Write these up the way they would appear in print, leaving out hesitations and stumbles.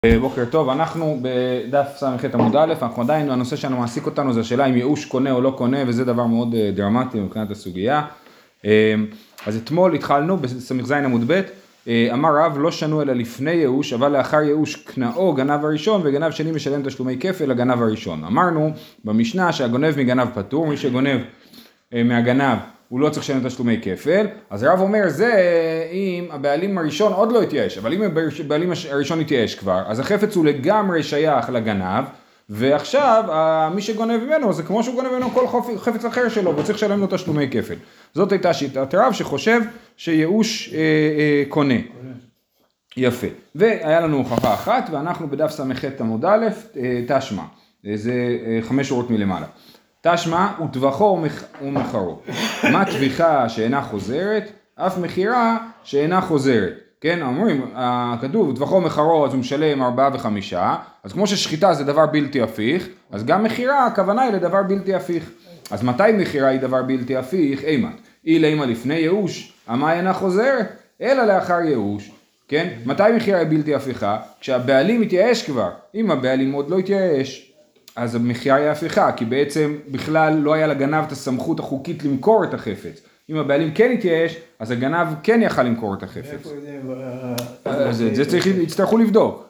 בוקר טוב, אנחנו בדף ס"ח עמוד א', אנחנו עדיין, הנושא שלנו מעסיק אותנו זה השאלה אם ייאוש קונה או לא קונה, וזה דבר מאוד דרמטי מבחינת הסוגיה. אז אתמול התחלנו בס"ז עמוד ב', אמר רב לא שנו אלא לפני ייאוש, אבל לאחר ייאוש קנאו גנב הראשון וגנב שני משלם תשלומי כפל לגנב הראשון. אמרנו במשנה שהגונב מגנב פטור, מי שגונב מהגנב הוא לא צריך לשלם תשלומי כפל, אז הרב אומר זה אם הבעלים הראשון עוד לא התייאש, אבל אם הבעלים הראשון התייאש כבר, אז החפץ הוא לגמרי שייך לגנב, ועכשיו מי שגונב ממנו זה כמו שהוא גונב ממנו כל חפץ אחר שלו, וצריך לשלם לו תשלומי כפל. זאת הייתה שיטת הרב שחושב שייאוש קונה. יפה. והיה לנו הוכחה אחת, ואנחנו בדף ס"ח עמוד א', תשמע, זה 5 שורות מלמעלה. תשמע וטווחו ומחרו. מה טביחה שאינה חוזרת? אף מחירה שאינה חוזרת. כן, אומרים, כתוב וטווחו ומחרו, אז הוא משלם 4 ו5, אז כמו ששחיטה זה דבר בלתי הפיך, אז גם מחירה הכוונה היא לדבר בלתי הפיך. אז מתי מחירה היא דבר בלתי הפיך? אימת. אימה לפני ייאוש, המה אינה חוזרת? אלא לאחר ייאוש. כן? מתי מחירה היא בלתי הפיכה? כשהבעלים מתייאש כבר. אם הבעלים עוד לא התייאש, אז המחירה היא הפיכה, כי בעצם בכלל לא היה לגנב את הסמכות החוקית למכור את החפץ. אם הבעלים כן התייאש, אז הגנב כן יכל למכור את החפץ. אז את זה יצטרכו לבדוק.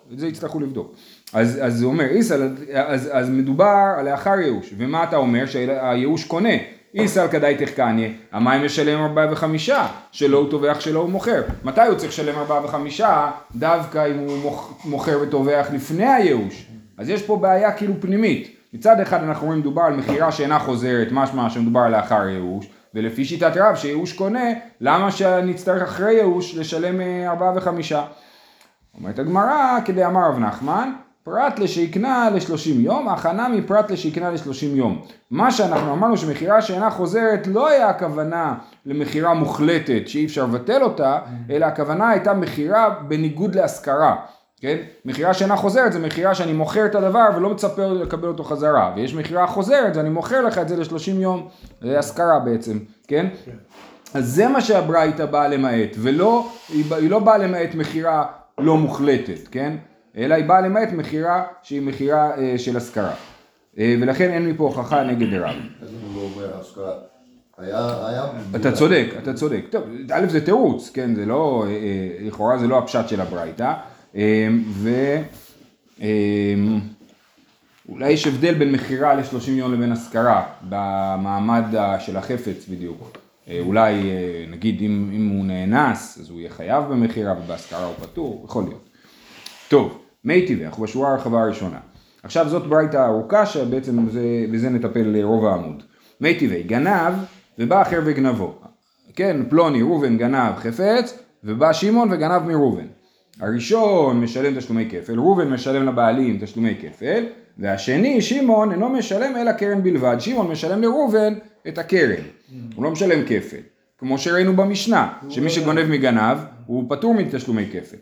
אז הוא אומר, אז מדובר על לאחר ייאוש. ומה אתה אומר? שהייאוש קונה. איסל כדאי תחקניה, המים משלם 4 ו5, שלא הוא תובח שלא הוא מוכר. מתי הוא צריך לשלם 4 ו5? דווקא אם הוא מוכר ותובח לפני הייאוש. אז יש פה בעיה כאילו פנימית. מצד אחד אנחנו רואים מדובר על מחירה שאינה חוזרת, משמע שמדובר על לאחר ייאוש, ולפי שיטת רב שייאוש קונה, למה שנצטרך אחרי ייאוש לשלם 4 ו5? אומרת הגמרא, כדי אמר רב נחמן, פרט לשיקנה ל30 יום, הכנה מפרט לשיקנה ל30 יום. מה שאנחנו אמרנו שמחירה שאינה חוזרת לא היה הכוונה למחירה מוחלטת שאי אפשר לבטל אותה, אלא הכוונה הייתה מחירה בניגוד להשכרה. כן? מחירה שאינה חוזרת זה מחירה שאני מוכר את הדבר ולא מצפה לקבל אותו חזרה, ויש מחירה חוזרת, אני מוכר לך את זה ל30 יום, זה השכרה בעצם, כן? אז זה מה שהברייתא באה למעט, היא לא באה למעט מחירה לא מוחלטת, כן? אלא היא באה למעט מחירה שהיא מחירה של השכרה, ולכן אין מפה הוכחה נגד הרב. אז הוא לא אומר השכרה. אתה צודק. טוב, א' זה תירוץ, כן? זה לא, לכאורה זה לא הפשט של הברייתא. אולי יש הבדל בין מחירה ל30 יום לבין השכרה במעמד של החפץ בדיוק. אולי נגיד אם הוא נאנס אז הוא יהיה חייב במחירה ובהשכרה הוא פטור, יכול להיות. טוב, מי טבעי, אנחנו בשורה הרחבה הראשונה. עכשיו זאת ברייתא ארוכה שבעצם בזה נטפל רוב העמוד. מי טבעי, גנב ובא אחר וגנבו. כן, פלוני ראובן גנב חפץ ובא שמעון וגנב מראובן. הראשון משלם תשלומי כפל, ראובן משלם לבעלים תשלומי כפל, והשני, שמעון, אינו משלם אלא קרן בלבד. שמעון משלם לראובן את הקרן, הוא לא משלם כפל. כמו שראינו במשנה, שמי שגונב מגנב, הוא פטור מתשלומי כפל.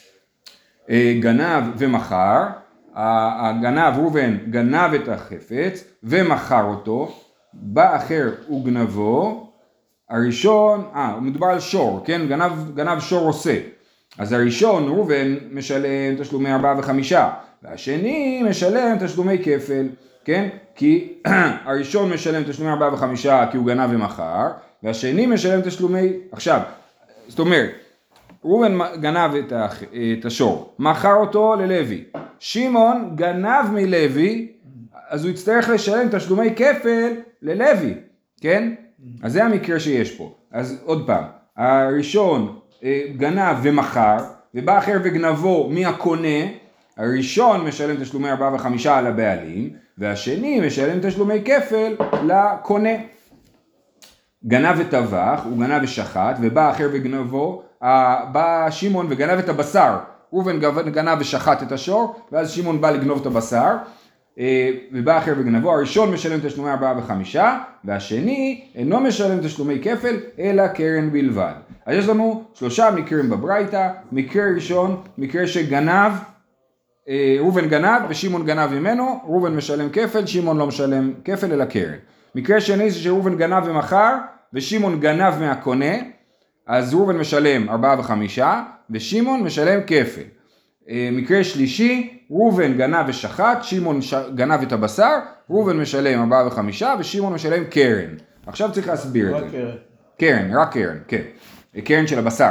גנב ומכר, הגנב ראובן גנב את החפץ ומכר אותו, בא אחר וגנבו, הראשון, מדובר על שור, כן? גנב שור עושה. אז הראשון, ראובן, משלם תשלומי 4 ו5, והשני משלם תשלומי כפל, כן? כי הראשון משלם תשלומי 4 ו5 כי הוא גנב ומכר, והשני משלם תשלומי, עכשיו, זאת אומרת, ראובן גנב את השור, מכר אותו ללוי, שמעון גנב מלוי, אז הוא יצטרך לשלם תשלומי כפל ללוי, כן? אז זה המקרה שיש פה. אז עוד פעם, הראשון גנב ומכר, ובא אחר וגנבו מהקונה, הראשון משלם תשלומי 4 ו5 על הבעלים, והשני משלם תשלומי כפל לקונה. גנב וטבח, הוא גנב ושחט, ובא אחר וגנבו, בא שמעון וגנב את הבשר, ראובן גנב ושחט את השור, ואז שמעון בא לגנוב את הבשר, ובא אחר וגנבו, הראשון משלם תשלומי 4 ו5, והשני אינו משלם תשלומי כפל, אלא קרן בלבד. אז יש לנו 3 מקרים בברייתא. מקרה ראשון, מקרה שגנב, ראובן גנב ושמעון גנב ממנו, ראובן משלם כפל, שמעון לא משלם כפל אלא קרן. מקרה שני זה שראובן גנב ומכר, ושמעון גנב מהקונה, אז ראובן משלם 4 ו5, ושמעון משלם כפל. מקרה שלישי, ראובן גנב ושחט, שמעון גנב את הבשר, ראובן משלם 4 ו5 ושמעון משלם קרן. עכשיו צריך להסביר את זה. קרן, רק קרן, כן. קרן של הבשר.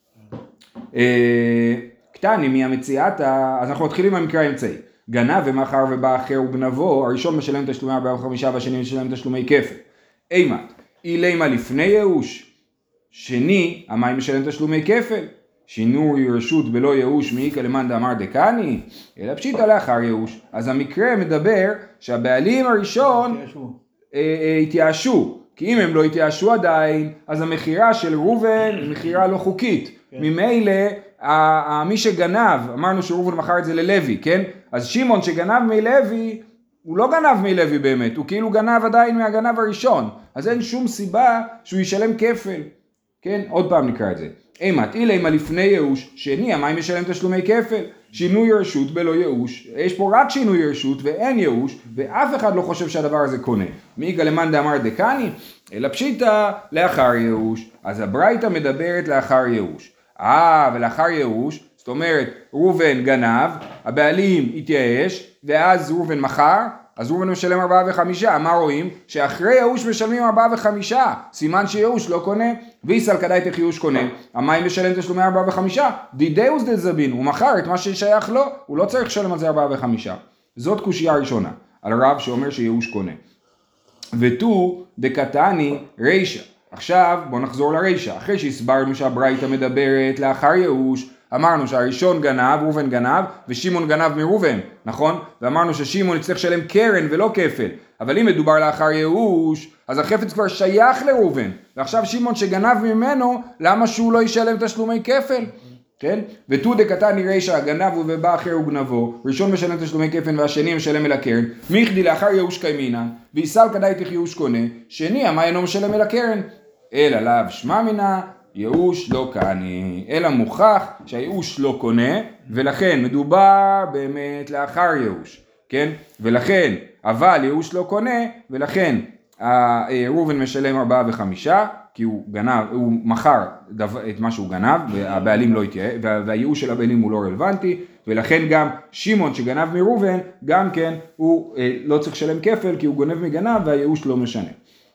קטני מהמציאתה, אז אנחנו מתחילים מהמקרה האמצעי. גנב ומכר ובא אחר וגנבו, הראשון משלם תשלומי 4 ו5 והשני משלם תשלומי כפל. אימת, אילימה לפני ייאוש, שני, המים משלם תשלומי כפל. שינוי רשות בלא ייאוש מאיקה למאן דאמר דקני, אלא פשיטא לאחר ייאוש. אז המקרה מדבר שהבעלים הראשון התייאשו, כי אם הם לא התייאשו עדיין, אז המחירה של ראובן היא מחירה לא חוקית. ממילא, מי שגנב, אמרנו שראובן מכר את זה ללוי, כן? אז שמעון שגנב מלוי, הוא לא גנב מלוי באמת, הוא כאילו גנב עדיין מהגנב הראשון. אז אין שום סיבה שהוא ישלם כפל. כן? עוד פעם נקרא את זה. אימת, אילימה לפני ייאוש, שני, המים משלם תשלומי כפל. שינוי רשות בלא ייאוש. יש פה רק שינוי רשות ואין ייאוש, ואף אחד לא חושב שהדבר הזה קונה. מאיקה למאן דאמר דקני, אלא פשיטא לאחר ייאוש. אז הברייתא מדברת לאחר ייאוש. ולאחר ייאוש, זאת אומרת, ראובן גנב, הבעלים התייאש, ואז ראובן מכר, אז ראובן משלם 4 ו5, מה רואים? שאחרי ייאוש משלמים 4 ו5, סימן שייאוש לא קונה, ויסל כדאי תך ייאוש קונה, המים משלם תשלומי 4 ו5, דידאוס דזבין, הוא מכר את מה ששייך לו, הוא לא צריך לשלם על זה 4 ו5. זאת קושייה ראשונה, על רב שאומר שייאוש קונה. ותו דקתני רישא, עכשיו בוא נחזור לרישא, אחרי שהסברנו שהברייתא מדברת לאחר ייאוש, אמרנו שהראשון גנב, ראובן גנב, ושמעון גנב מראובן, נכון? ואמרנו ששמעון יצטרך לשלם קרן ולא כפל, אבל אם מדובר לאחר ייאוש, אז החפץ כבר שייך לראובן, ועכשיו שמעון שגנב ממנו, למה שהוא לא ישלם תשלומי כפל? כן? ותו דקתני רישא, גנב ובא אחר וגנבו, ראשון משלם תשלומי כפל והשני משלם אל הקרן, מיכדי לאחר ייאוש קיימינן, ויסל כדאי תך ייאוש קונה, שני המה אינו משלם אל הקרן, אלא לאו שמע מינא, ייאוש לא קני, אלא מוכח שהייאוש לא קונה, ולכן מדובר באמת לאחר ייאוש, כן? ולכן, אבל ייאוש לא קונה, ולכן ראובן משלם 4 ו5, כי הוא גנב, הוא מכר את מה שהוא גנב, והבעלים לא יתייאש, והייאוש של הבעלים הוא לא רלוונטי, ולכן גם שמעון שגנב מראובן, גם כן הוא לא צריך לשלם כפל, כי הוא גונב מגנב, והייאוש לא משנה.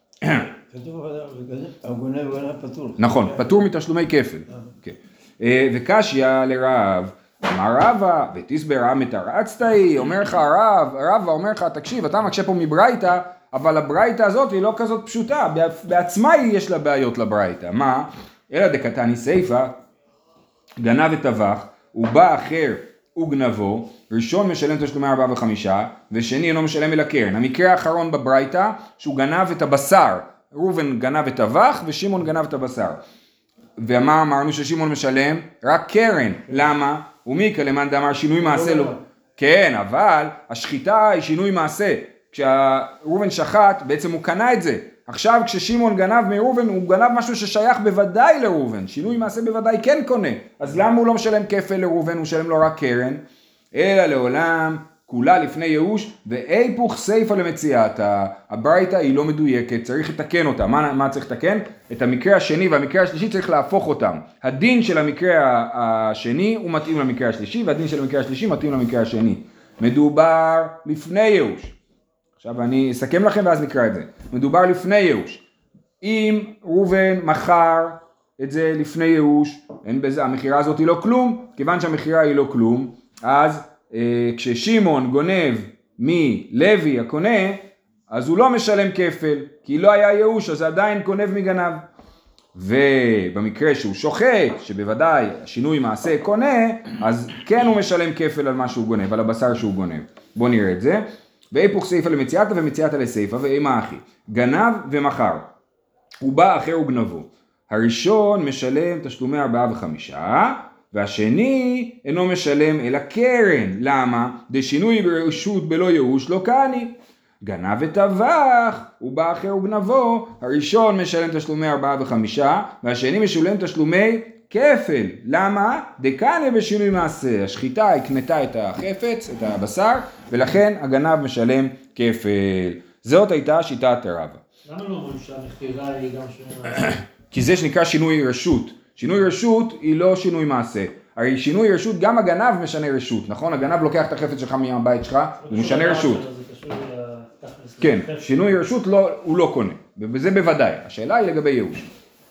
הגונב פטור. נכון, פטור מתשלומי כפל. וקשיא לרב, אמר רבא, ותסבר עם את הרצתאי, אומר לך רבא אומר לך, תקשיב, אתה מקשה פה מברייתא, אבל הברייתא הזאת היא לא כזאת פשוטה, בעצמה יש לה בעיות לברייתא. מה? אלא דקתני סיפא, גנב וטבח, ובא אחר וגנבו, ראשון משלם תשלומי 4 ו5, ושני אינו משלם אל הקרן. המקרה האחרון בברייתא, שהוא גנב את הבשר, ראובן גנב את טבח ושמעון גנב את הבשר. ומה אמרנו ששמעון משלם? רק קרן. למה? ומיקה למאן דאמר שינוי מעשה לא. כן, אבל השחיטה היא שינוי מעשה. כשראובן שחט, בעצם הוא קנה את זה. עכשיו כששמעון גנב מראובן, הוא גנב משהו ששייך בוודאי לראובן. שינוי מעשה בוודאי כן קונה. אז למה הוא לא משלם כפל לראובן, הוא משלם לו רק קרן? אלא לעולם כולה לפני ייאוש, ואיפוך סיפא למציאתה. הברייתא היא לא מדויקת, צריך לתקן אותה. מה צריך לתקן? את המקרה השני והמקרה השלישי צריך להפוך אותם. הדין של המקרה השני הוא מתאים למקרה השלישי, והדין של המקרה השלישי מתאים למקרה השני. מדובר לפני ייאוש. עכשיו אני אסכם לכם ואז נקרא את זה. מדובר לפני ייאוש. אם ראובן מכר את זה לפני ייאוש, אין בזה, המחירה הזאת היא לא כלום, כיוון שהמחירה היא לא כלום, אז כששמעון גונב מלוי הקונה, אז הוא לא משלם כפל, כי לא היה ייאוש, אז עדיין גונב מגנב. ובמקרה שהוא שוחט, שבוודאי השינוי מעשה קונה, אז כן הוא משלם כפל על מה שהוא גונב, על הבשר שהוא גונב. בואו נראה את זה. ואיפוך סיפא למציאתה ומציאתה לסיפא, ואימה אחי. גנב ומכר. הוא בא אחר וגנבו. הראשון משלם תשלומי 4 ו5, והשני אינו משלם אלא קרן. למה? דשינוי ברשות בלא ייאוש לא קני. גנב וטבח, הוא בא אחר וגנבו, הראשון משלם תשלומי 4 ו5, והשני משלם תשלומי כפל. למה? דקניה בשינוי מעשה. השחיטה הקנתה את החפץ, את הבשר, ולכן הגנב משלם כפל. זאת הייתה שיטת רבא. למה לא אומרים שהמחירה היא גם שינוי מעשה? כי זה שנקרא שינוי רשות. שינוי רשות היא לא שינוי מעשה. הרי שינוי רשות, גם הגנב משנה רשות, נכון? הגנב לוקח את החפץ שלך מהבית שלך, הוא משנה רשות. כן, שינוי רשות הוא לא קונה, וזה בוודאי, השאלה היא לגבי ייאוש.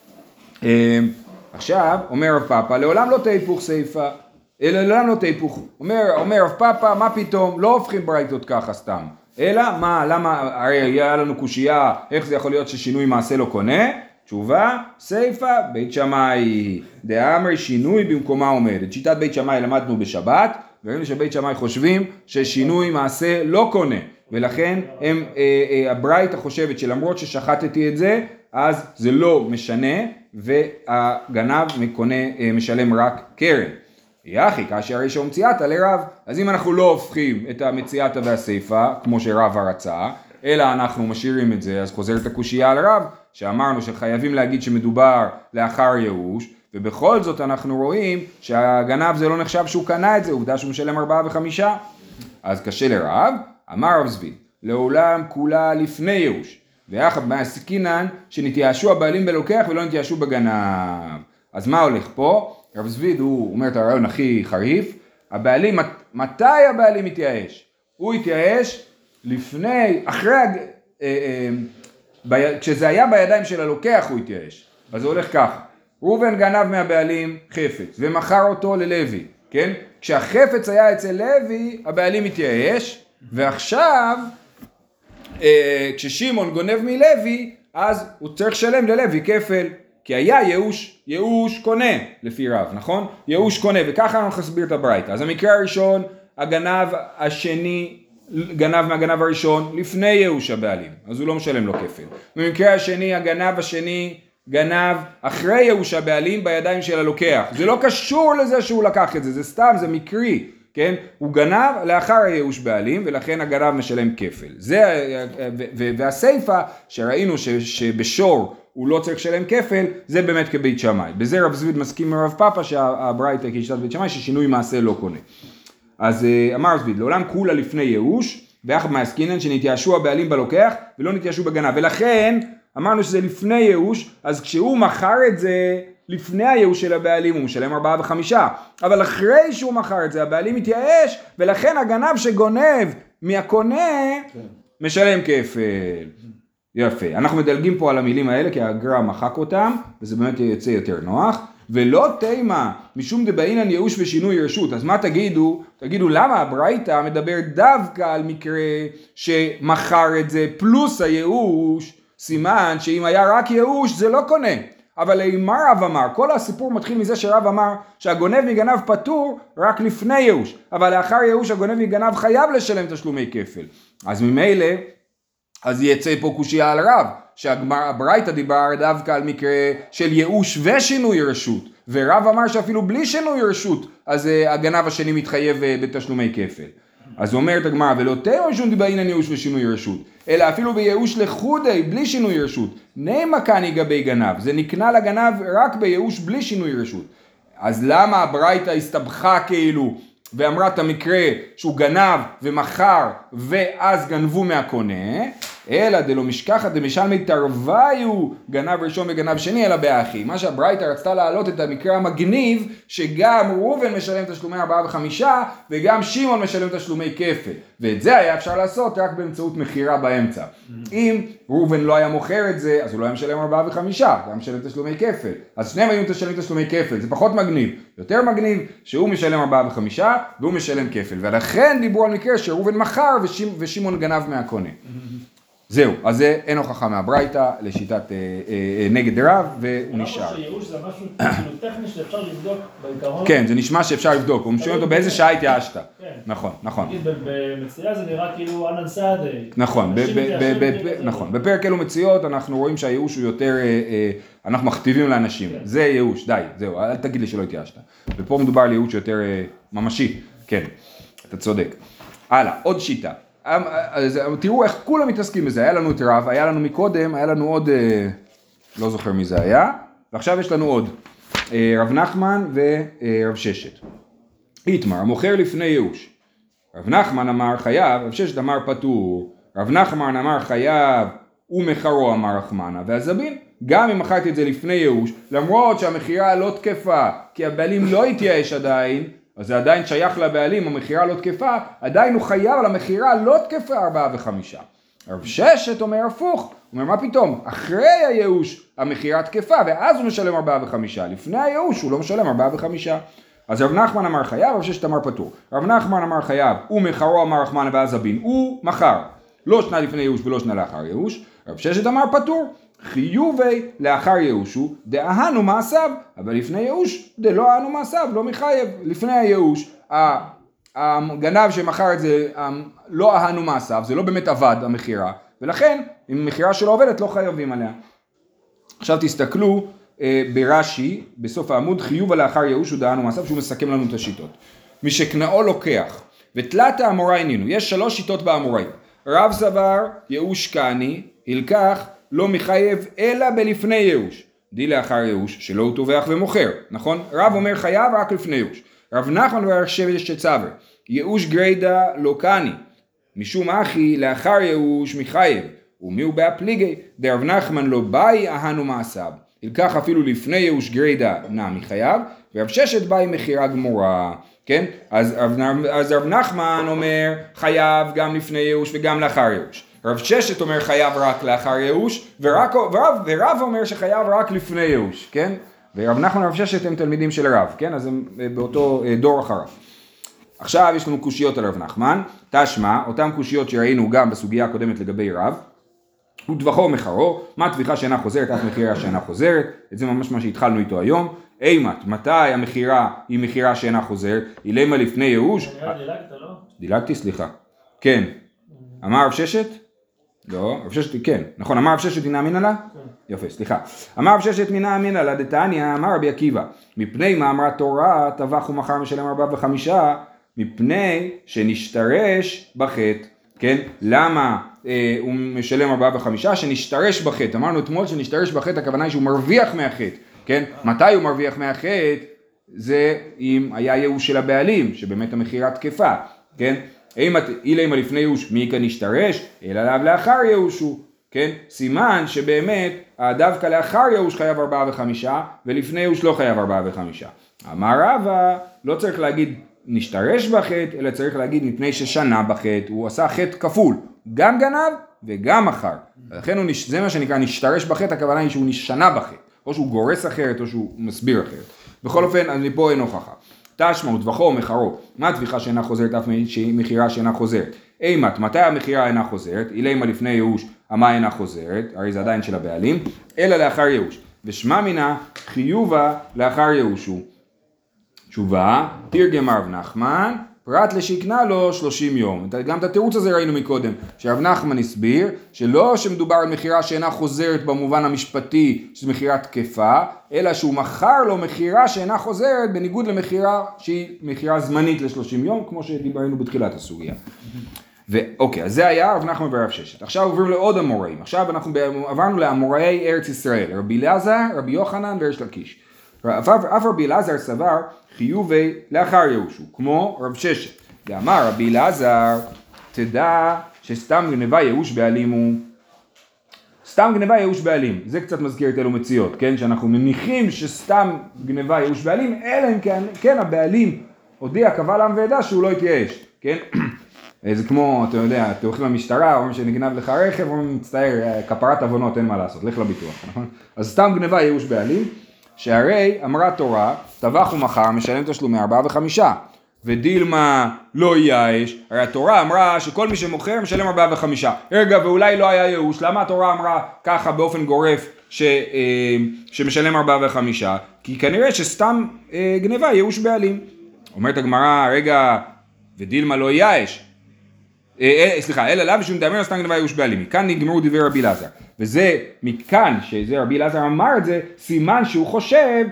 עכשיו, אומר רב פאפא, לעולם לא תהפוך סייפה, לעולם לא תהפוך. אומר רב פאפא, מה פתאום, לא הופכים ברייתות ככה סתם. אלא, מה, למה, הרי היה לנו קושייה, איך זה יכול להיות ששינוי מעשה לא קונה? תשובה, סייפה, בית שמאי, דאמרי שינוי במקומה עומדת. שיטת בית שמאי למדנו בשבת, וראינו שבית שמאי חושבים ששינוי מעשה לא קונה. ולכן הברייתא חושבת שלמרות ששחטתי את זה, אז זה לא משנה, והגנב משלם רק קרן. יחי, כאשר יש מציאתה לרב, אז אם אנחנו לא הופכים את המציאתה והסייפה, כמו שרב הרצה, אלא אנחנו משאירים את זה, אז חוזרת הקושייה על רב, שאמרנו שחייבים להגיד שמדובר לאחר ייאוש, ובכל זאת אנחנו רואים שהגנב זה לא נחשב שהוא קנה את זה, עובדה שהוא משלם 4 ו5, אז קשה לרב, אמר רב זביד, לעולם כולה לפני ייאוש, ויחד מהסכינן שנתייאשו הבעלים בלוקח ולא נתייאשו בגנב. אז מה הולך פה? רב זביד הוא אומר את הרעיון הכי חריף, הבעלים, מתי הבעלים מתייאש? הוא התייאש לפני, אחרי, כשזה היה בידיים של הלוקח הוא התייאש. אז זה הולך ככה, ראובן גנב מהבעלים חפץ ומכר אותו ללוי, כן? כשהחפץ היה אצל לוי, הבעלים מתייאש, ועכשיו, כששימון גונב מלוי, אז הוא צריך לשלם ללוי כפל. כי היה ייאוש קונה לפי רב, נכון? ייאוש קונה, וככה אנחנו נסביר את הברייתא. אז המקרה הראשון, הגנב השני גנב מהגנב הראשון לפני ייאוש הבעלים, אז הוא לא משלם לו כפל. במקרה השני, הגנב השני גנב אחרי ייאוש הבעלים בידיים של הלוקח. זה לא קשור לזה שהוא לקח את זה, זה סתם, זה מקרי, כן? הוא גנב לאחר הייאוש בעלים, ולכן הגנב משלם כפל. והסייפה שראינו שבשור הוא לא צריך לשלם כפל, זה באמת כבית שמאי. בזה רב זביד מסכים עם רב פאפא שהברייתא כשיטת בית שמאי ששינוי מעשה לא קונה. אז אמר רב זביד, לעולם כולה לפני ייאוש, ביחד מהעסקינן שנתייאשו הבעלים בלוקח ולא נתייאשו בגנב. ולכן אמרנו שזה לפני ייאוש, אז כשהוא מכר את זה לפני הייאוש של הבעלים הוא משלם 4 ו5. אבל אחרי שהוא מכר את זה הבעלים מתייאש, ולכן הגנב שגונב מהקונה משלם כפל. יפה, אנחנו מדלגים פה על המילים האלה כי הגר"א מחק אותם, וזה באמת יוצא יותר נוח. ולא תימה, משום דבעינן ייאוש ושינוי רשות. אז מה תגידו? תגידו למה הברייתא מדבר דווקא על מקרה שמכר את זה פלוס הייאוש, סימן שאם היה רק ייאוש זה לא קונה. אבל מה רב אמר? כל הסיפור מתחיל מזה שרב אמר שהגונב מגנב פטור רק לפני ייאוש, אבל לאחר ייאוש הגונב מגנב חייב לשלם תשלומי כפל. אז ממילא, אז יצא פה קושייה על רב, שהברייתא דיבר דווקא על מקרה של ייאוש ושינוי רשות, ורב אמר שאפילו בלי שינוי רשות, אז הגנב השני מתחייב בתשלומי כפל. אז אומרת הגמרא, ולא תימה משום דבעינן ייאוש ושינוי רשות, אלא אפילו בייאוש לחודי, בלי שינוי רשות, נימה כאן יגבי גנב, זה נקנה לגנב רק בייאוש בלי שינוי רשות. אז למה הברייתא הסתבכה כאילו, ואמרה את המקרה שהוא גנב ומכר ואז גנבו מהקונה, אלא דלא משכחת דמשלמי תרוויו גנב ראשון וגנב שני אלא באחי. מה שהברייתא רצתה להעלות את המקרה המגניב שגם ראובן משלם תשלומי 4 ו5 וגם שמעון משלם תשלומי כפל, ואת זה היה אפשר לעשות רק באמצעות מחירה באמצע. אם ראובן לא היה מוכר את זה אז הוא לא היה משלם 4 ו5, היה משלם תשלומי כפל, אז שניהם היו משלם תשלומי כפל. זה פחות מגניב, יותר מגניב שהוא משלם 4 ו5 והוא משלם כפל, ולכן דיברו על מקרה שראובן מכר ושמעון גנב מהקונה. זהו, אז זה אין הוכחה מהברייתא לשיטת נגד רב, והוא נשאר. למה שייאוש זה משהו טכני שאפשר לבדוק בעיקרון? כן, זה נשמע שאפשר לבדוק, הוא משאיר אותו באיזה שעה התייאשת. נכון, נכון. נגיד במציאה זה נראה כאילו אנן סעדי. נכון, נכון. בפרק אלו מציאות אנחנו רואים שהייאוש הוא יותר, אנחנו מכתיבים לאנשים. זה ייאוש, די, זהו, אל תגיד לי שלא התייאשת. ופה מדובר על ייאוש יותר ממשי, כן, אתה צודק. הלאה, עוד שיטה. אז תראו איך כולם מתעסקים בזה, היה לנו את רב, היה לנו מקודם, היה לנו עוד, לא זוכר מי זה היה, ועכשיו יש לנו עוד, רב נחמן ורב ששת. איתמר, המוכר לפני ייאוש. רב נחמן אמר חייב, רב ששת אמר פטור, רב נחמן אמר חייב, ומחרו אמר רחמנה, והזבין גם אם מכרתי את זה לפני ייאוש, למרות שהמחירה לא תקפה, כי הבעלים לא התייאש עדיין, אז זה עדיין שייך לבעלים, המחירה לא תקפה, עדיין הוא חייב למחירה לא תקפה 4 ו-5. רב ששת אומר הפוך, הוא אומר מה פתאום, אחרי הייאוש המחירה תקפה, ואז הוא משלם 4 ו-5, לפני הייאוש הוא לא משלם 4 ו-5. אז רב נחמן אמר חייב, רב ששת אמר פטור. רב נחמן אמר חייב, ומחרו אמר רחמן ואז הבין, הוא מחר, לא שנה לפני ייאוש ולא שנה לאחר ייאוש. רב ששת אמר פטור, חיובי לאחר ייאושו, דאהנו מעשיו, אבל לפני ייאוש, דלא אהנו מעשיו, לא מחייב. לפני הייאוש, הגנב שמכר את זה, לא אהנו מעשיו, זה לא באמת עבד המחירה, ולכן, אם המחירה שלו עובדת, לא חייבים עליה. עכשיו תסתכלו ברש"י, בסוף העמוד, חיובה לאחר ייאושו, דאהנו מעשיו, שהוא מסכם לנו את השיטות. משכנאו לוקח, ותלת האמוראי נינו, יש 3 שיטות באמוראים. רב סבר, ייאוש קני, הלקח, לא מחייב אלא בלפני ייאוש. די לאחר ייאוש שלא הוא תובח ומוכר, נכון? רב אומר חייב רק לפני ייאוש. רב נחמן אומר שצבר, ייאוש גרידא לא קני, משום אחי לאחר ייאוש מחייב, ומי הוא בהפליגי, דרב נחמן לא באי אהנו מעשיו, הלקח אפילו לפני ייאוש גרידא נמי חייב, ורב ששת באי מחירה גמורה, כן? אז רב נחמן אומר חייב גם לפני ייאוש וגם לאחר ייאוש. רב ששת אומר חייב רק לאחר ייאוש, ורב אומר שחייב רק לפני ייאוש, כן? ורב נחמן ורב ששת הם תלמידים של רב, כן? אז הם באותו דור אחריו. עכשיו יש לנו קושיות על רב נחמן, תשמע, אותם קושיות שראינו גם בסוגיה הקודמת לגבי רב, הוא טווחו מחרו, מה טביחה שאינה חוזרת, אף מחירה שאינה חוזרת, את זה ממש מה שהתחלנו איתו היום. אימת, מתי המחירה היא מחירה שאינה חוזרת, היא למה לפני ייאוש? דילגת, לא? דילגתי, סליחה. כן. אמר רב ששת? לא, רב ששת, כן. נכון, אמר רב ששת אינה אמין עלה? כן. יפה, סליחה. אמר רב ששת אינה אמין עלה, דתניא, אמר רבי עקיבא, מפני מה אמרה תורה, טבח ומכר משלם 4 ו-5, מפני שנשתרש בחטא. כן? למה הוא משלם 4 ו-5? שנשתרש בחטא. אמרנו אתמול שנשתרש בחטא, הכוונה היא שהוא מרוויח מהחטא. כן? מתי הוא מרוויח מהחטא? זה אם היה ייאוש של הבעלים, שבאמת המחירה תקפה. כן? אילמה לפני ייאוש מי כאן נשתרש? אלא עליו לאחר ייאושו. כן? סימן שבאמת דווקא לאחר ייאוש חייב 4 ו-5, ולפני ייאוש לא חייב 4 ו-5. אמר רבא, לא צריך להגיד נשתרש בחטא, אלא צריך להגיד מפני ששנה בחטא, הוא עשה חטא כפול, גם גנב וגם מכר. לכן זה מה שנקרא נשתרש בחטא, הכוונה היא שהוא נשנה בחטא, או שהוא גורס אחרת או שהוא מסביר אחרת. בכל אופן, אז מפה אין הוכחה. תשמע וטבחו מחרו, מה טביחה שאינה חוזרת אף מחירה שאינה חוזרת? אימת, מתי המחירה אינה חוזרת? אילמה לפני ייאוש, המה אינה חוזרת, הרי זה עדיין של הבעלים, אלא לאחר ייאוש. ושמה מינה חיובה לאחר ייאושו. תשובה, תרגם רב נחמן, פרט לשקנה לו 30 יום. גם את התירוץ הזה ראינו מקודם, שרב נחמן הסביר שלא שמדובר על מחירה שאינה חוזרת במובן המשפטי, שזו מחירה תקפה, אלא שהוא מכר לו מחירה שאינה חוזרת בניגוד למחירה שהיא מחירה זמנית ל-30 יום, כמו שדיברנו בתחילת הסוגיה. ואוקיי, אז זה היה רב נחמן ורב ששת. עכשיו עוברים לעוד אמוראים. עכשיו אנחנו עברנו לאמוראי ארץ ישראל, רבי אלעזר, רבי יוחנן וריש לקיש. אף רבי אלעזר סבר חיובי לאחר ייאושו, כמו רב ששת. ואמר רבי אלעזר, תדע שסתם גנבה ייאוש בעלים הוא... סתם גנבה ייאוש בעלים, זה קצת מזכיר את אלו מציאות, כן? שאנחנו מניחים שסתם גנבה ייאוש בעלים, אלא אם כן הבעלים הודיע קבל עם ועדה שהוא לא יתייאש, כן? זה כמו, אתה יודע, אתה הולך למשטרה, אומרים שנגנב לך רכב, אומרים מצטער, כפרת עוונות, אין מה לעשות, לך לביטוח, נכון? אז סתם גנבה ייאוש בעלים, שהרי אמרה תורה, טבח ומכר משלם תשלומי 4 ו-5, ודילמה לא ייאש, הרי התורה אמרה שכל מי שמוכר משלם 4 ו-5, רגע ואולי לא היה ייאוש, למה התורה אמרה ככה באופן גורף שמשלם 4 ו-5? כי כנראה שסתם גנבה ייאוש בעלים. אומרת הגמרא, רגע, ודילמה לא ייאש, סליחה, אלא לאו שום דאמר סתם גנבה ייאוש בעלים, מכאן נגמרו דברי רבי אלעזר, וזה מכאן שזה רבי אלעזר אמר את זה, סימן שהוא חושב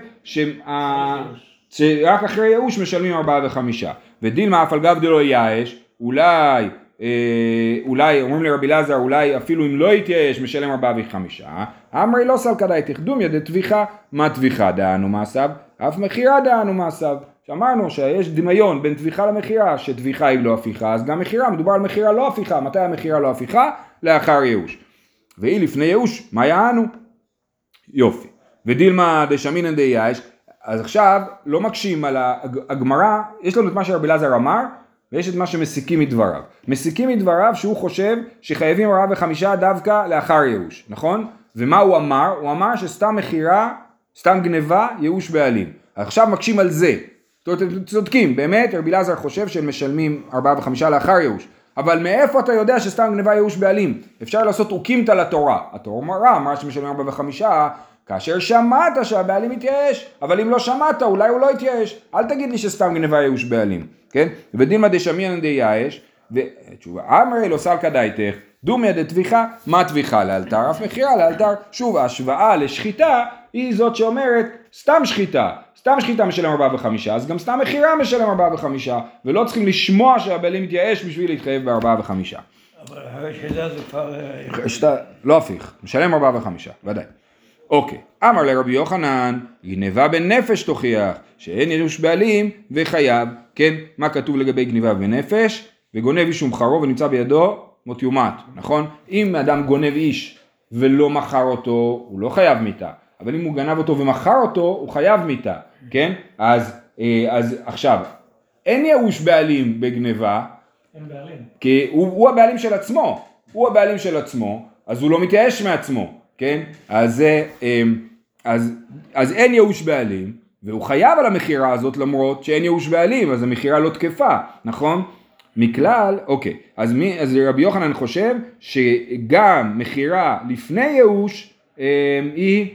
שרק אחרי ייאוש משלמים 4 ו-5, ודילמה אף על גב דלא ייאש, אולי אומרים לרבי אלעזר, אולי אפילו אם לא יתייאש משלם 4 ו-5, אמרי לא סל כדאי תחדום ידי טביחה, מה טביחה דאנו מעשיו, אף מחירה דאנו מעשיו. שאמרנו שיש דמיון בין טביחה למחירה, שטביחה היא לא הפיכה, אז גם מחירה, מדובר על מחירה לא הפיכה, מתי המחירה לא הפיכה? לאחר ייאוש. והיא לפני ייאוש, מה יענו? יופי. ודילמה דשמינן דייש, אז עכשיו לא מקשים על הגמרא, יש לנו את מה שרבי אלעזר אמר, ויש את מה שמסיקים מדבריו. מסיקים מדבריו שהוא חושב שחייבים 45 דווקא לאחר ייאוש, נכון? ומה הוא אמר? הוא אמר שסתם מחירה, סתם גניבה, ייאוש בעלים. עכשיו מקשים על זה. זאת אומרת, אתם צודקים, באמת, רבי אלעזר חושב שהם משלמים 4 ו5 לאחר ייאוש. אבל מאיפה אתה יודע שסתם גניבה ייאוש בעלים? אפשר לעשות אוקימתא לתורה. התורה אמרה שמשלמים 4 ו5, כאשר שמעת שהבעלים יתייאש, אבל אם לא שמעת, אולי הוא לא יתייאש. אל תגיד לי שסתם גניבה ייאוש בעלים, כן? ודילמה דשמינן דייאש, ותשובה, אמרי לא סלקא דייתך, דומיה דתביכה, מה תביכה לאלתר? אף מחירה לאלתר. שוב, ההשוואה לשחיטה היא זאת שאומרת, סתם שחיטה. סתם שחיטה משלם 4 ו5, אז גם סתם מחירה משלם 4 ו5, ולא צריכים לשמוע שהבעלים יתייאש בשביל להתחייב ב4 ו5. אבל השאלה זה כבר... לא הפיך, משלם 4 ו5, ודאי. אוקיי, אמר לרבי יוחנן, גניבה בנפש תוכיח, שאין ייאוש בעלים וחייב, כן? מה כתוב לגבי גניבה בנפש? וגונב איש ומכרו ונמצא בידו מות יומת, נכון? אם אדם גונב איש ולא מכר אותו, הוא לא חייב מיתה. אבל אם הוא גנב אותו ומכר אותו, הוא חייב מיתה, כן? אז עכשיו, אין ייאוש בעלים בגניבה, אין בעלים. כי הוא הבעלים של עצמו, הוא הבעלים של עצמו, אז הוא לא מתייאש מעצמו, כן? אז אין ייאוש בעלים, והוא חייב על המחירה הזאת למרות שאין ייאוש בעלים, אז המחירה לא תקפה, נכון? מכלל, אוקיי, אז רבי יוחנן חושב שגם מחירה לפני ייאוש היא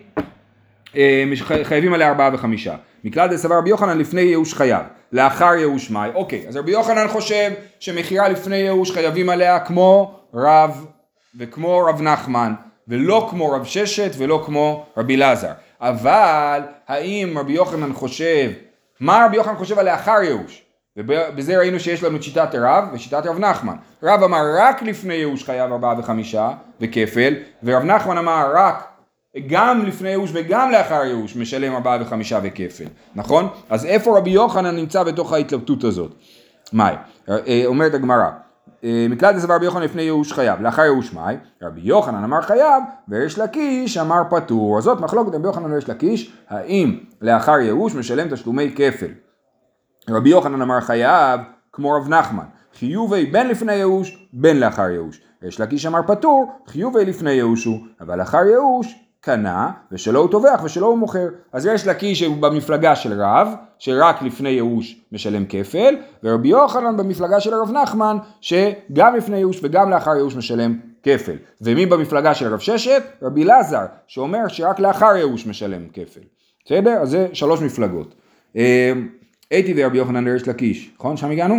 חייבים עליה 4 ו5. מכלל דסבר רבי יוחנן לפני ייאוש חייב, לאחר ייאוש מאי. אוקיי, אז רבי יוחנן חושב שמחירה לפני ייאוש חייבים עליה כמו רב וכמו רב נחמן, ולא כמו רב ששת ולא כמו רבי אלעזר. אבל האם רבי יוחנן חושב, מה רבי יוחנן חושב על לאחר ייאוש? ובזה ראינו שיש לנו את שיטת רב ושיטת רב נחמן. רב אמר רק לפני ייאוש חייב 4 ו5 וכפל, ורב נחמן אמר רק גם לפני ייאוש וגם לאחר ייאוש משלם 4 ו5 וכפל, נכון? אז איפה רבי יוחנן נמצא בתוך ההתלבטות הזאת? מאי? אומרת הגמרא, מכלל דסבר רבי יוחנן לפני ייאוש חייב, לאחר ייאוש מאי? רבי יוחנן אמר חייב, וריש לקיש אמר פטור. אז זאת מחלוקת רבי יוחנן וריש לקיש, האם לאחר ייאוש משלם תשלומי כפל? רבי יוחנן אמר חייב, כמו רב נחמן, חיובי בין לפני ייאוש, בין לאחר ייאוש. ריש לקיש אמר פטור, חיובי לפני ייאוש הוא, אבל לאחר ייאוש קנה, ושלא הוא טובח ושלא הוא מוכר. אז יש לקיש במפלגה של רב, שרק לפני ייאוש משלם כפל, ורבי יוחנן במפלגה של רב נחמן, שגם לפני ייאוש וגם לאחר ייאוש משלם כפל. ומי במפלגה של רב ששת? רבי אלעזר, שאומר שרק לאחר ייאוש משלם כפל. בסדר? אז זה 3 מפלגות. אתי ורבי יוחנן לריש לקיש, נכון? שם הגענו?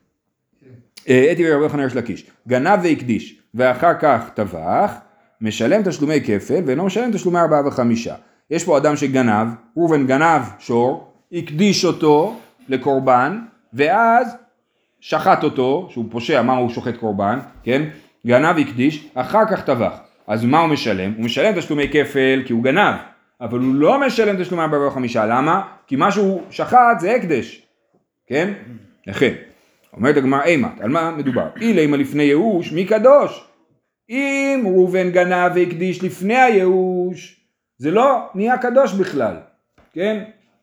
אתי ורבי יוחנן לריש לקיש, גנב והקדיש, ואחר כך טבח, משלם תשלומי כפל, ואינו משלם תשלומי 4 ו5. יש פה אדם שגנב, ראובן גנב שור, הקדיש אותו לקורבן, ואז שחט אותו, שהוא פושע, מה הוא שוחט קורבן, כן? גנב הקדיש, אחר כך טבח. אז מה הוא משלם? הוא משלם תשלומי כפל כי הוא גנב, אבל הוא לא משלם תשלומי 4 ו5. למה? כי מה שהוא שחט זה הקדש, כן? לכן, אומרת הגמרא אימת, על מה מדובר? אימה לפני ייאוש, מי קדוש? אם ראובן גנב והקדיש לפני הייאוש, זה לא נהיה קדוש בכלל, כן?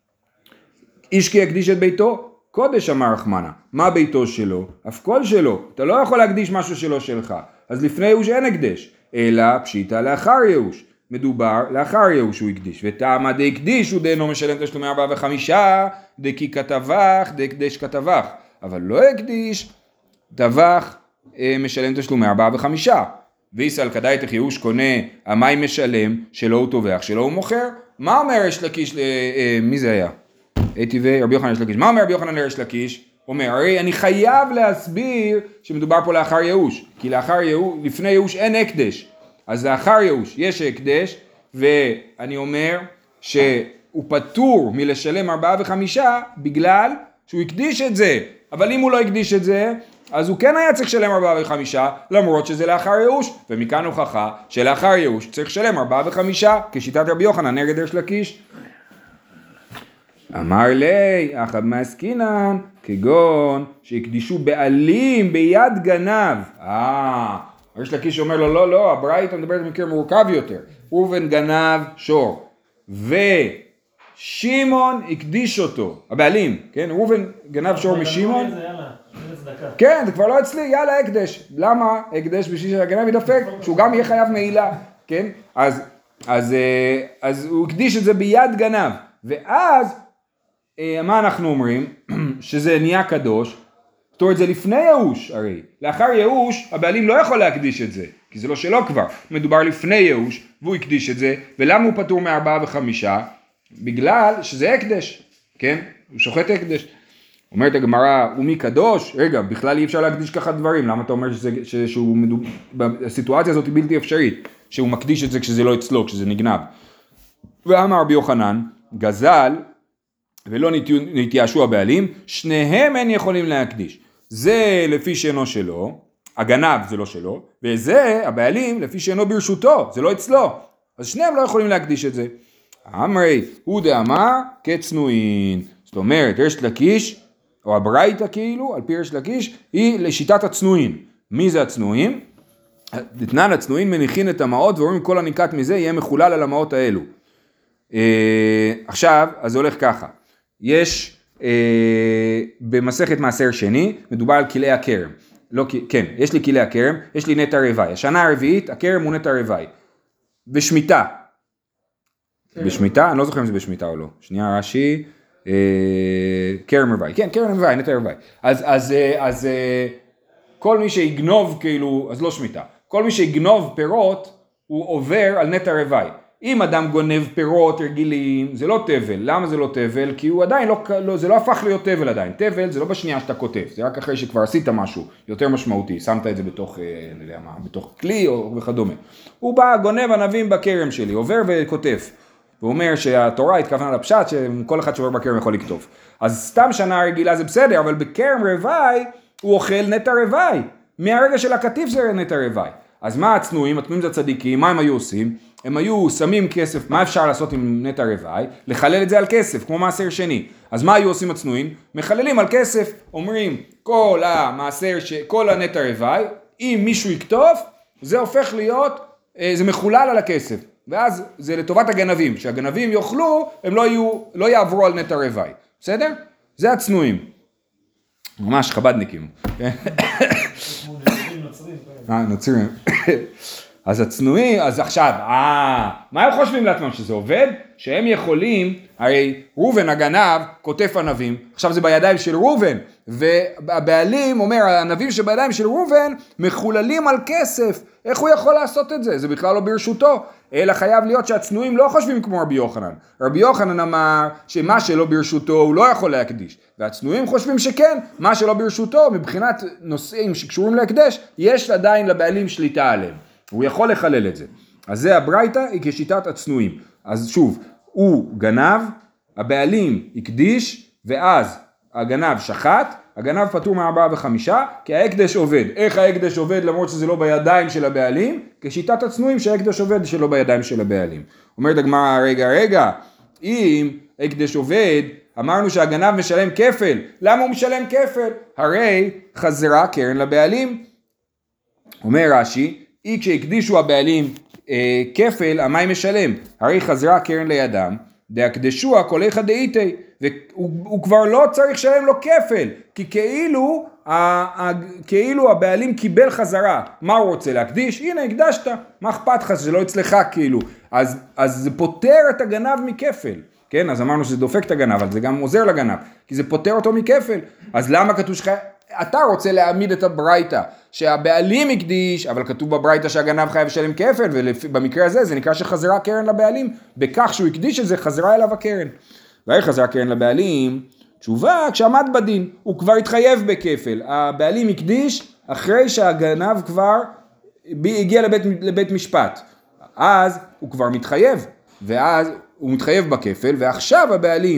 איש כי יקדיש את ביתו, קודש אמר רחמנה. מה ביתו שלו? אף כל שלו. אתה לא יכול להקדיש משהו שלא שלך. אז לפני ייאוש אין הקדש, אלא פשיטה לאחר ייאוש. מדובר לאחר ייאוש הוא הקדיש. וטעמה דהקדיש הוא דאינו משלם תשלומי 4 ו5, דקי כתבח, דהקדש כתבח. אבל לא הקדיש, טבח משלם תשלומי 4 ו5. ויסל כדאיתך ייאוש קונה, המים משלם, שלא הוא טובח, שלא הוא מוכר. מה אומר ריש לקיש, מי זה היה? אתי ורבי יוחנן לריש לקיש. מה אומר רבי יוחנן לריש לקיש? אומר, הרי אני חייב להסביר שמדובר פה לאחר ייאוש, כי לאחר ייאוש, לפני ייאוש אין הקדש. אז לאחר ייאוש יש הקדש, ואני אומר שהוא פטור מלשלם 4 ו5 בגלל שהוא הקדיש את זה. אבל אם הוא לא הקדיש את זה, אז הוא כן היה צריך לשלם 4 ו5, למרות שזה לאחר ייאוש, ומכאן הוכחה שלאחר ייאוש צריך לשלם 4 ו5, כשיטת רבי יוחנן נגד ריש לקיש. אמר לי, אחד מעסקינן, כגון שהקדישו בעלים ביד גנב. ריש לקיש אומר לו, לא, הברייתא מדברת במקרה מורכב יותר. ראובן גנב שור, ושמעון הקדיש אותו, הבעלים, כן, ראובן גנב שור משמעון, כן, זה כבר לא אצלי, יאללה הקדש, למה הקדש? בשביל שהגנב ידפק, שהוא גם יהיה חייב מעילה, כן, אז הוא הקדיש את זה ביד גנב, ואז מה אנחנו אומרים? שזה נהיה קדוש, זאת אומרת זה לפני ייאוש הרי, לאחר ייאוש הבעלים לא יכול להקדיש את זה, כי זה לא שלו כבר, מדובר לפני ייאוש, והוא הקדיש את זה, ולמה הוא פטור מ4 ו5? בגלל שזה הקדש, כן? הוא שוחט הקדש. אומרת הגמרא, ומי קדוש? רגע, בכלל אי אפשר להקדיש ככה דברים, למה אתה אומר הסיטואציה הזאת היא בלתי אפשרית, שהוא מקדיש את זה כשזה לא אצלו, כשזה נגנב. ואמר רבי יוחנן, גזל, ולא נתייאשו הבעלים, שניהם אין יכולים להקדיש. זה לפי שאינו שלו, הגנב זה לא שלו, וזה הבעלים לפי שאינו ברשותו, זה לא אצלו. אז שניהם לא יכולים להקדיש את זה. אמרי, הוא דאמר כצנועין. זאת אומרת, ריש לקיש, או הברייתא כאילו, על פי ריש לקיש, היא לשיטת הצנועין. מי זה הצנועין? דתנן הצנועין מניחין את המעות, ואומרים כל הניקת מזה יהיה מחולל על המעות האלו. עכשיו, אז זה הולך ככה. יש במסכת מעשר שני, מדובר על כלי הכרם. לא, כן, יש לי כלי הכרם, יש לי נטע רווי. השנה הרביעית, הכרם הוא נטע רווי. בשמיטה. בשמיטה? אני לא זוכר אם זה בשמיטה או לא. שנייה רש"י, כרם רווי. כן, כרם רווי, נטע רווי. אז כל מי שיגנוב כאילו, אז לא שמיטה. כל מי שיגנוב פירות, הוא עובר על נטע רווי. אם אדם גונב פירות רגילים, זה לא תבל. למה זה לא תבל? כי הוא עדיין לא, זה לא הפך להיות תבל עדיין. תבל זה לא בשנייה שאתה כותב, זה רק אחרי שכבר עשית משהו יותר משמעותי, שמת את זה בתוך, אני יודע מה, בתוך כלי או וכדומה. הוא בא, גונב ענבים בכרם שלי, עובר וכותב. הוא אומר שהתורה התכוונה לפשט, שכל אחד שעובר בכרם יכול לכתוב. אז סתם שנה רגילה זה בסדר, אבל בכרם רווי, הוא אוכל נטע רווי. מהרגע של הכתיב זה נטע רווי. אז מה הצנועים? הצנועים זה הצדיקים, מה הם היו עושים? הם היו שמים כסף, מה אפשר לעשות עם נטע רווי? לחלל את זה על כסף, כמו מעשר שני. אז מה היו עושים הצנועים? מחללים על כסף, אומרים כל המעשר, כל הנטע רווי, אם מישהו יכתוב, זה הופך להיות, זה מחולל על הכסף. ואז זה לטובת הגנבים, כשהגנבים יאכלו, הם לא יעברו על נטע רווי. בסדר? זה הצנועים. ממש חבדניקים. נוצרים. אז הצנועים, אז עכשיו, מה הם חושבים לעצמם שזה עובד? שהם יכולים, הרי ראובן הגנב כותב ענבים, עכשיו זה בידיים של ראובן, והבעלים אומר, הענבים שבידיים של ראובן מחוללים על כסף, איך הוא יכול לעשות את זה? זה בכלל לא ברשותו, אלא חייב להיות שהצנועים לא חושבים כמו רבי יוחנן. רבי יוחנן אמר שמה שלא ברשותו הוא לא יכול להקדיש, והצנועים חושבים שכן, מה שלא ברשותו מבחינת נושאים שקשורים להקדש, יש עדיין לבעלים שליטה עליהם. הוא יכול לחלל את זה. אז זה הברייתא היא כשיטת הצנועים. אז שוב, הוא גנב, הבעלים הקדיש, ואז הגנב שחט, הגנב פטור מ4 ו5, כי ההקדש עובד. איך ההקדש עובד למרות שזה לא בידיים של הבעלים? כשיטת הצנועים שההקדש עובד שלא בידיים של הבעלים. אומרת הגמרא, רגע, אם הקדש עובד, אמרנו שהגנב משלם כפל. למה הוא משלם כפל? הרי חזרה קרן לבעלים. אומר רש"י, כשהקדישו הבעלים כפל, המים משלם, הרי חזרה קרן לידם, דהקדשו הקוליך דאיתי, והוא כבר לא צריך לשלם לו כפל, כי כאילו הבעלים קיבל חזרה, מה הוא רוצה להקדיש? הנה הקדשת, מה אכפת לך שזה לא אצלך כאילו, אז זה פותר את הגנב מכפל, כן? אז אמרנו שזה דופק את הגנב, אבל זה גם עוזר לגנב, כי זה פותר אותו מכפל, אז למה כתוב שלך? אתה רוצה להעמיד את הברייתא שהבעלים הקדיש, אבל כתוב בברייתא שהגנב חייב לשלם כפל, ובמקרה הזה זה נקרא שחזרה קרן לבעלים, בכך שהוא הקדיש את זה חזרה אליו הקרן. והיא חזרה קרן לבעלים, תשובה כשעמד בדין, הוא כבר התחייב בכפל, הבעלים הקדיש אחרי שהגנב כבר הגיע לבית משפט, אז הוא כבר מתחייב, ואז הוא מתחייב בכפל, ועכשיו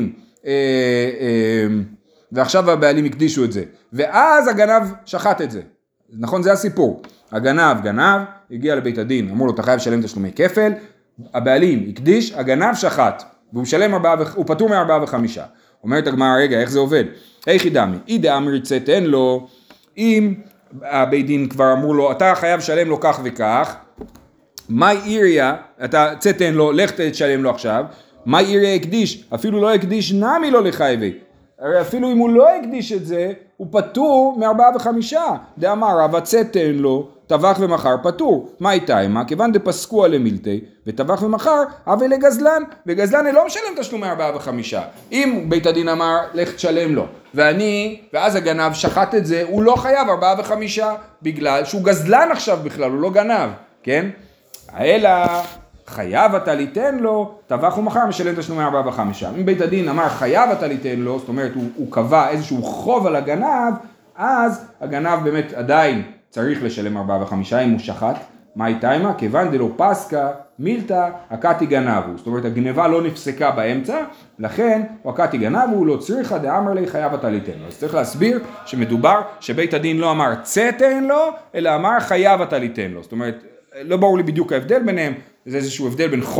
הבעלים הקדישו את זה, ואז הגנב שחט את זה, נכון? זה הסיפור, הגנב הגיע לבית הדין, אמרו לו אתה חייב לשלם תשלומי כפל, הבעלים הקדיש, הגנב שחט, והוא פטור מ4 ו5, אומרת הגמרא רגע איך זה עובד, איך ידמי, דאמרי צאתן לו, אם הבית דין כבר אמרו לו אתה חייב לשלם לו כך וכך, מה עיריה, אתה צאתן לו, לך תשלם לו עכשיו, מה עיריה הקדיש, אפילו לא הקדיש נמי לו לחייבי, הרי אפילו אם הוא לא הקדיש את זה, הוא פטור מ4 ו5, דאמר רבא צאתן לו, טבח ומחר פטור, מה איתה? מה? כיוון דפסקו עלי מילתי, וטבח ומחר, אבל לגזלן, וגזלן לא משלם תשלומי 4 ו5, אם בית הדין אמר, לך תשלם לו, ואז הגנב שחט את זה, הוא לא חייב 4 ו5, בגלל שהוא גזלן עכשיו בכלל, הוא לא גנב, כן? אלא חייב אתה ליתן לו, טבח ומחר משלם תשלומי 4 ו5. אם בית הדין אמר חייב אתה ליתן לו, זאת אומרת הוא קבע איזשהו חוב על הגנב, אז הגנב באמת עדיין צריך לשלם 4 ו5 אם הוא שחט. מה איתה? כיוון דלא פסקה מילתא הקתי גנבו, זאת אומרת הגנבה לא נפסקה באמצע, לכן הקתי גנבו לא צריכה דאמר לי חייב אתה ליתן לו. אז צריך להסביר שמדובר שבית הדין לא אמר צאתן לו, אלא אמר חייב אתה ליתן לו. זאת אומרת לא ברור לי בדיוק ההבדל ביניהם, זה איזשהו הבדל בין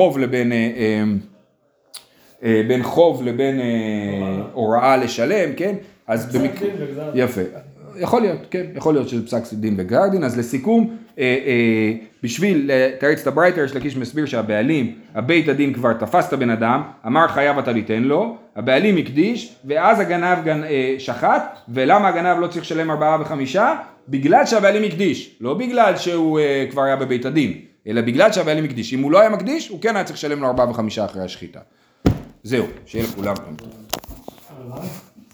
חוב לבין הוראה לשלם, כן? אז יפה. יכול להיות, כן, יכול להיות שזה פסק דין וגזר דין. אז לסיכום, בשביל לתרץ את הברייתא, יש לקיש מסביר שהבעלים, הבית הדין כבר תפס את הבן אדם, אמר חייב אתה ליתן לו, הבעלים הקדיש, ואז הגנב שחט, ולמה הגנב לא צריך לשלם 4 ו5? בגלל שהבעלים הקדיש, לא בגלל שהוא כבר היה בבית הדין, אלא בגלל שהבעלים הקדיש. אם הוא לא היה מקדיש, הוא כן היה צריך לשלם לו 4 ו5 אחרי השחיטה. זהו, שיהיה לכולם.